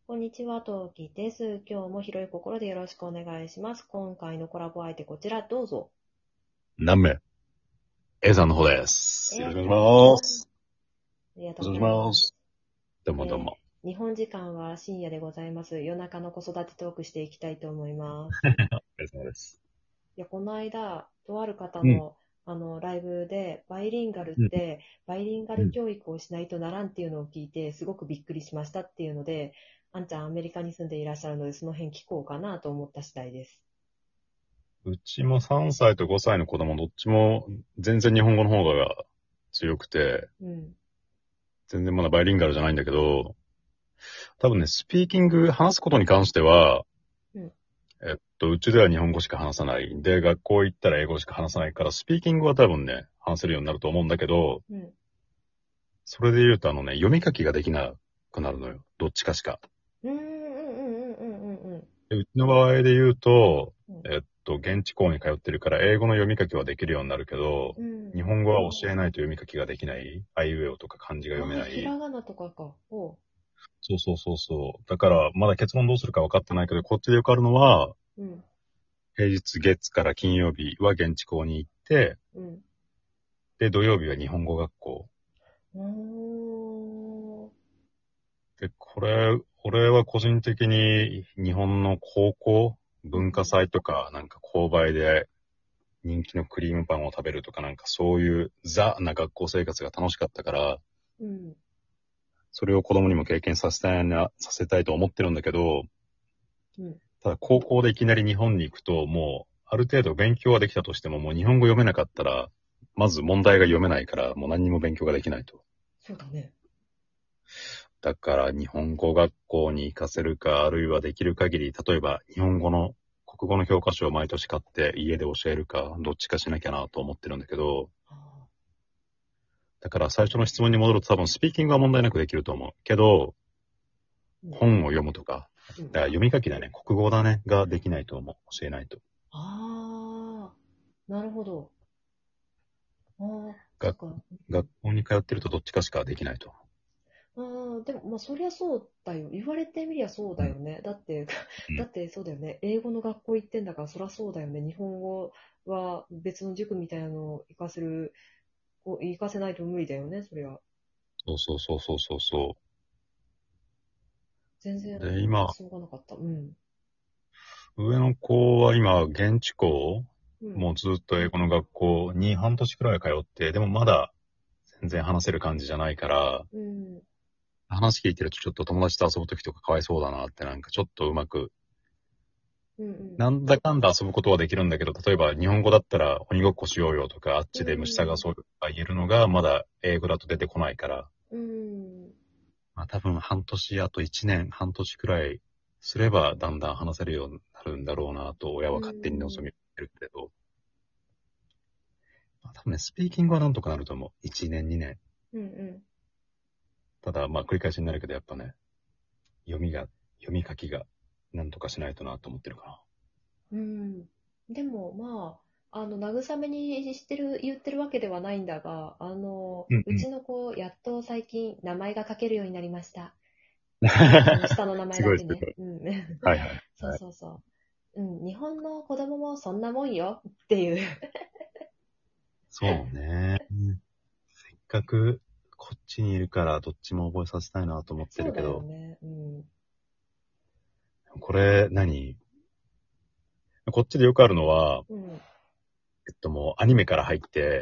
こんにちは、トウキです。今日も広い心でよろしくお願いします。今回のコラボ相手こちらどうぞ。 何名 ?A さんの方です。よろしくおさん、 願いします。 ありがとうごお願いしざいます。 ます。どうもどうも。 日本時間は深夜でございます。夜中の子育てトークしていきたいと思います。 お疲れ様です。 いや、この間、とある方うん、 の、ライブで、バイリンガルっうん、 て、バイリンガうん。 ル教育をしないとならんっていうのを聞いて、すごくびっくりしましたっていうので、あんちゃんアメリカに住んでいらっしゃるので、その辺聞こうかなと思った次第です。 うちも3歳と5歳の子供どっちも全然日本語の方が強くて、 うん。 全然まだバイリンガルじゃないんだけど、多分ね、スピーキング、話すことに関しては、 うん。 うちでは日本語しか話さない。で、学校行ったら英語しか話さないから、スピーキングは多分ね、話せるようになると思うんだけど、 うん。 それで言うと読み書きができなくなるのよ。どっちかしか。 うんうんうんうんうんうんうん。 でうちの場合で言うと、 うん。 現地校に通ってるから英語の読み書きはできるようになるけど、 うん。 日本語は教えないと読み書きができない、あいうえおとか漢字が読めああ、 ない。 ひらがなとかか。おう。 そうそうそうそう。だから、まだ結論どうするか分かってないけど、こっちでよくあるのは、 うん。 平日月から金曜日は現地校に行って、 うん。 で、土曜日は日本語学校。 おー。 で、俺は個人的に日本の高校、文化うん祭とか、なんか購買で人気のクリームパンを食べるとかなんかそういうザな学校生活が楽しかったから、 うん。 それを子供にも経験させたいと思ってるんだけど、 うん。 ただ高校でいきなり日本に行くともうある程度勉強はできたとしてももう日本語読めなかったら、まず問題が読めないからもう何にも勉強ができないと。 そうだね。 だから日本語学校に行かせるか、あるいはできる限り、例えば国語の教科書を毎年買って家で教えるか、どっちかしなきゃなと思ってるんだけど、 あだから最初の質問に戻ると多分スピーキングは問題なくできると思う。けど、 ー。うん。 本を読むとか、 うん。 だから読み書きだね、国語だね、ができないと思う。教えないと。 ああ、なるほど。ああ、そっ学、 か。 学校に通ってるとどっちかしかできないと。 うん。ああ、でも、まあ、そりゃそうだよ。言われてみりゃそううん。 だよね。だって、 うだん。 ってそうだよね。英語の学校行ってんだから、そりゃそうだよね。日本語は別の塾みたいなのを活かせないと無理だよね、そりゃ。 そうそうそうそうそうそ全然う。で、今、 発想がなかった。うん。 上の子は今、現地校うん。 もうずっと英語の学校に半年くらい通って、でもまだ全然話せる感じじゃないから、 うん。 話聞いてるとちょっと友達と遊ぶときとかかわいそうだなってなんかちょっとうまく、 うん。 なんだかんだ遊ぶことはできるんだけど、例えば日本語だったら鬼ごっこしようよとか、あっうちで虫探ん。 そうとか言えるのがまだ英語だと出てこないから、 うん。 まあ多分あと1年、半年くらいすればだんだん話せるようになるんだろうなと親うは勝手に望ん。 みてるけど、まあ多分ね、スピーキングはなんとかなると思う。1年、2年。 うん。 ただまあ繰り返しになるけどやっぱね、読みが、読み書きがなんとかしないとなと思ってるかうん。でも、まあ、慰めに言ってるわけではないんだが、 な。うんううん。 ちの子、やっと最近、名前が書けるようになりました。下の名前すだけね。 ごいすごい。 うん。 はいはいそうはい。 そうそう。うん。日本の子供もそんなもんよっていう。 そうね。せっかくこっちにいるからどっちも覚えさせたいなと思ってそうだよるけど、 ね。うん。 これこっちでよくあるのは、 うん。 もうアニメから入って、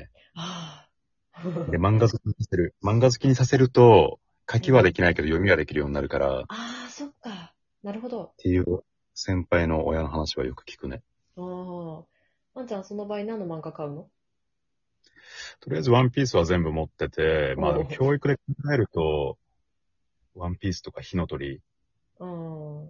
ああ。 で、漫画好きにさせる。漫画好きにさせると、書きはでうん。 きないけど読みはできるようになるから、っああ、そっか。なるほど。 ていう先輩の親の話はよく聞くね。 ああ。あんちゃん、その場合何の漫画買うの？ とりあえずワンピースは全部持ってて、まあでもおお。 教育で考えると、ワンピースとか火の鳥、 うん。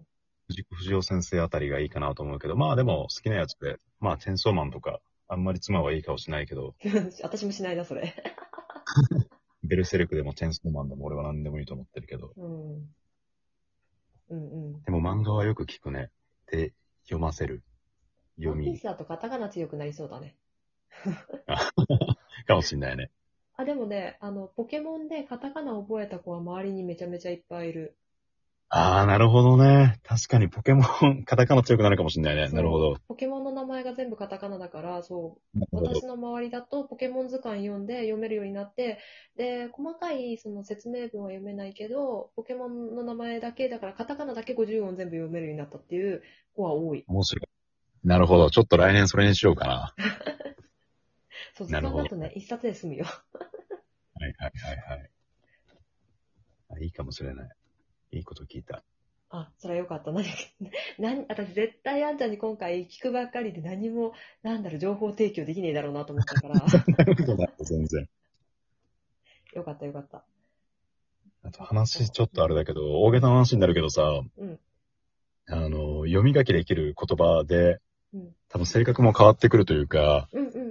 藤尾先生あたりがいいかなと思うけど、まあでも好きなやつで、まあチェンソーマンとか、あんまり妻はいい顔しないけど、 私もしないな、それ。 ベルセルクでもチェンソーマンでも俺は何でもいいと思ってるけど、 うん。うんうん。 でも漫画はよく聞くね。で、読ませる。 ワンピー読み。 スだとカタカナ強くなりそうだね。 あかもしんないね。 あ、でもね、ポケモンでカタカナ覚えた子は周りにめちゃめちゃいっぱいいる。 ああ、なるほどね。確かにポケモン、カタカナ強くなるかもしれないね。なるほど。 ポケモンの名前が全部カタカナだから、私なるほど。 の周りだとポケモン図鑑読んで読めるようになって、で、細かいその説明文は読めないけど、ポケモンの名前だけ、だからカタカナだけ50音全部読めるようになったっていう子は多い。 面白い。なるほど。ちょっと来年それにしようかな。 そう、図なるほど。 鑑だとね、一冊で済むよ。 はいはいはいはい。あ、いいかもしれない。いいこと聞いた。 あ、それはよかった。私絶対あんちゃんに今回聞くばっかりで何も、情報提供できねえだろうなと思ったから、 なるほどな。全然。 よかったよかった。 あとそっ話ちょっか。 とあれだけど、大げさな話になるけどさ、 うん、 読み書きできる言葉で、 うん、 多分性格も変わってくるというか、 うん、うん、うん、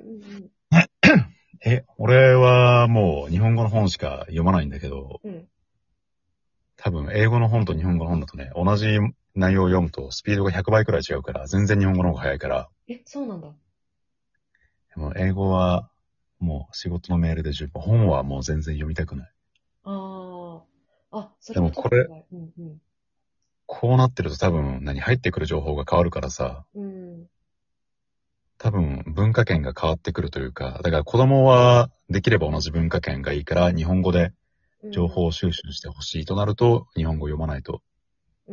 俺はもう日本語の本しか読まないんだけど、 うん。 多分英語の本と日本語の本だとね、同じ内容を読むとスピードが100倍くらい違うから、全然日本語の方が早いから、 そうなんだ。 でも英語はもう仕事のメールで十分、本はもう全然読みたくない。 ああ。あ、それはでもこれ、 ちょっと意外。うんうん。 こうなってると多分入ってくる情報が変わるからさ、 うん。 多分文化圏が変わってくるというか、だから子供はできれば同じ文化圏がいいから日本語で情うん。 報収集してほしいとなると、日本語読まないとうん。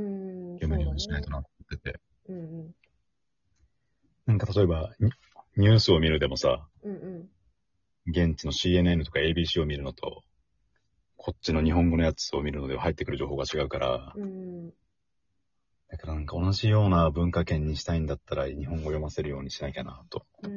読めるようそうだね。 にしないとなってて。 うんうん。 なんか例えばニュースを見るでもさ、 うんうん。 現地の CNN とか ABC を見るのと、こっちの日本語のやつを見るのでは入ってくる情報が違うから、 うん。 だからなんか同じような文化圏にしたいんだったら日本語読ませるようにしなきゃなとうん。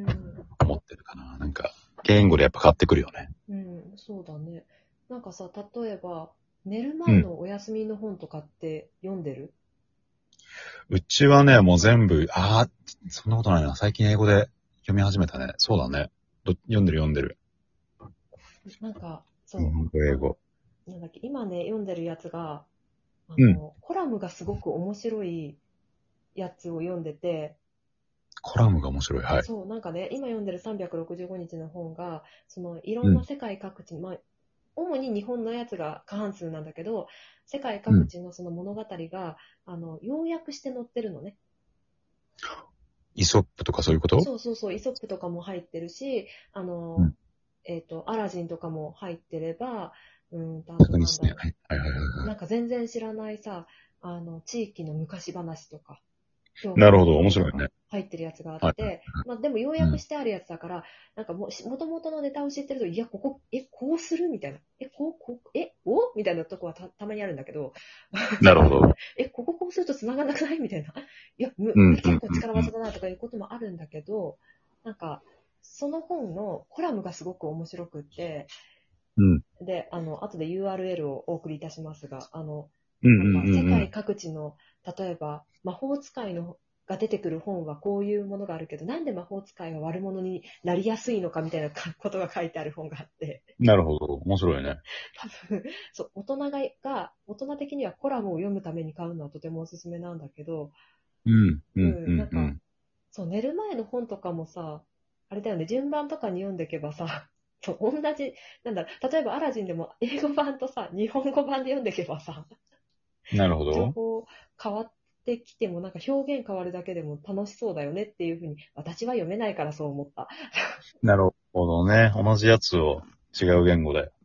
思ってるかな。なんか、言語でやっぱ変わってくるよね。 うん。そうだね。なんかさ、例えば、寝るうん。 前のお休みの本とかって読んでる？ うちはね、もう全部、そんなことないな。最近英語で読み始めたね。そうだね。読んでる読んでる。 なんか、 日本語、英語。 なんだっけ、今ね、読んでるやつが、 うん。 コラムがすごく面白いやつを読んでて、 コラムが面白い。はい。 そう、なんかね、今読んでる365日の本が、いろうん。 んな世界各地、主に日本のやつが過半数なんだけど、世界うん。 各地のその物語が、要約して載ってるのね。 イソップとかそういうこと？ そうそうそう、イソップとかも入ってるし、 うん。 アラジンとかも入ってれば、あと逆にですね。 なんだろはい。はいはいはいう。 はなんか全然知らないさ、地域の昔話とか、京い。 都のなるほど。 こととか面白いね。 入ってるやつがあっはい。 て、でも要うん。 約してあるやつだから、なんかもともとのネタを知ってると、いや、ここ、こうするみたいな。みたいなとこはたまにあるんだけど、 なるほど。 こうすると繋がんなくないみたいな。いや、 うん、うん、 結構うん、うん。 力技だなとかいうこともあるんだけど、なんか、その本のコラムがすごく面白くって、 うん、 で、後で URL をお送りいたしますが、 うん、うん、 なんか世うん。う界ん。 各地の、例えば魔法使いのが出てくる本はこういうものがあるけど、なんで魔法使いは悪者になりやすいのかみたいなことが書いてある本があって、 なるほど。面白いね。 多分、そう、大人的にはコラムを読むために買うのはとてもおすすめなんだけど、 うん、うん、ううん、なんん、うか、 ん。 そう、寝る前の本とかもさ、あれだよね、順番とかに読んでいけばさ、そう、同じ、例えばアラジンでも英語版とさ、日本語版で読んでいけばさ、 なるほど。 情報変わってきても、なんか表現変わるだけでも楽しそうだよねっていうふうに、私は読めないからそう思った。 なるほどね。同じやつを違う言語で。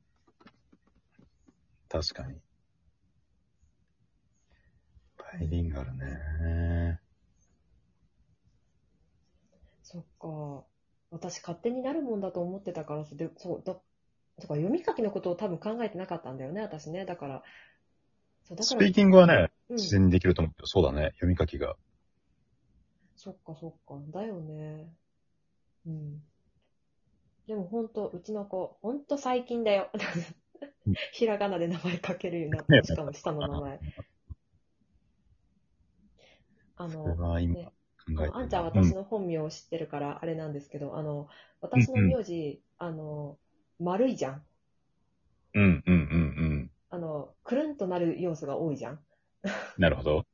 確かに。バイリンガルね。 そっか。私勝手になるもんだと思ってたからさ、そうか、読み書きのことを多分考えてなかったんだよね、私ね。だから、 スピーキングはね、 うん。 自然にできると思うけど、そうだね。読み書きが。 そっかそっか。だよね。うん。でも本当、うちの子、本当最近だよ。 うんひらがなで名前書けるようになったの。しね、 かも下の名前。あそれの、 は今ね、あんちゃんは考えてるな。うん。 私の本名を知ってるからあれなんですけど、 うん、 私のうん。 名字、丸いじゃん。 うん、うん、うん、うん。 くるんとなる要素が多いじゃん。 なるほど。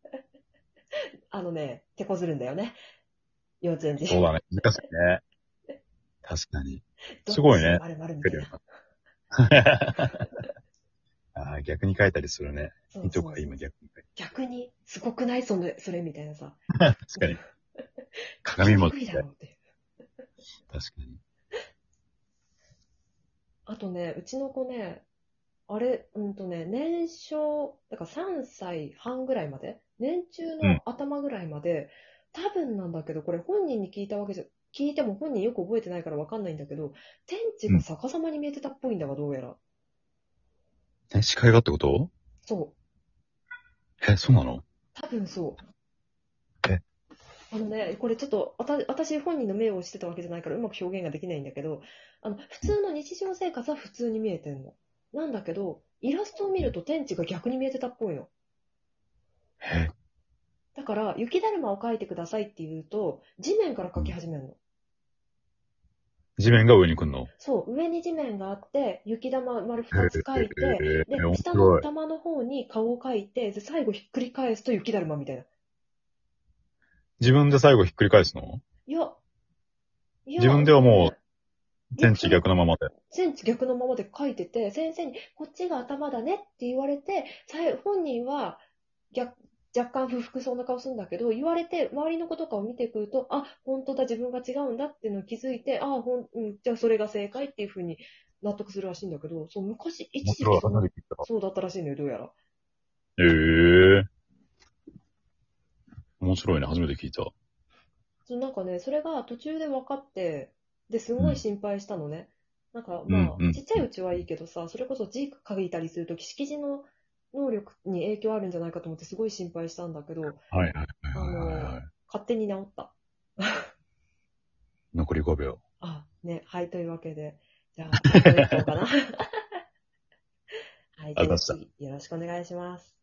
手こずるんだよね。幼稚園児。 そうだね。難しいね。確かに。 どっちすごいね。 丸々みたいな。 書けるようになった逆に書いたりするね。 そういとこがそうそう。 今逆に書いてる。 逆に、すごくないそれみたいなさ。 確かに。鏡餅得意だろうって。 確かに。 あとね、うちの子ね、あれ、年少、だから3歳半ぐらいまで、年中うん。 の頭ぐらいまで、多分なんだけど、これ本人に聞いたわけじゃ、聞いても本人よく覚えてないからわかんないんだけど、天地うん。 が逆さまに見えてたっぽいんだわ、どうやら。 視界がってこと？ そう。 そうなの？ 多分そう。 え、 これちょっと、私本人の目をしてたわけじゃないからうまく表現ができないんだけど、普うん。 通の日常生活は普通に見えてんの。なんだけど、イラストを見ると天地が逆に見えてたっぽいの。 え、 だから、雪だるまを描いてくださいって言うと、地面から描きうん。 始めるの。 地面が上に来んの？ そう、上に地面があって、雪玉丸へ 2つ描いて、で、 面下の白い。 玉の方に顔を描いて、で、最後ひっくり返すと雪だるまみたいな。 自分で最後ひっくり返すの？ いや、いや、 自分ではもう、 いや、 天地逆のままで。 センチ逆のままで書いてて、先生にこっちが頭だねって言われて、本人は逆若干不服そうな顔するんだけど、言われて、周りの子とかを見てくると、あ、本当だ、自分が違うんだっていうのを気づいて、じゃあそれが正解っていうふうに納得するらしいんだけど、そう、昔、一時面白い。 期初めて聞いた。 そうだったらしいのよ、どうやら。 ええ、面白いね。初めて聞いた。 そう、なんかね、それが途中で分かって、で、すうん。 ごい心配したのね。なんかうん、 まあ、 うん。 ちっちゃいうちはいいけどさ、それこそ字書いたりするとき、識字の能力に影響あるんじゃないかと思ってすごい心配したんだけど、 はいはいはいはいはい。 勝手に治った。 残り5秒。 あ、ね、はい、というわけで、じゃあ、あと1本かな。はい、じゃあ、 ありました。 次、よろしくお願いします。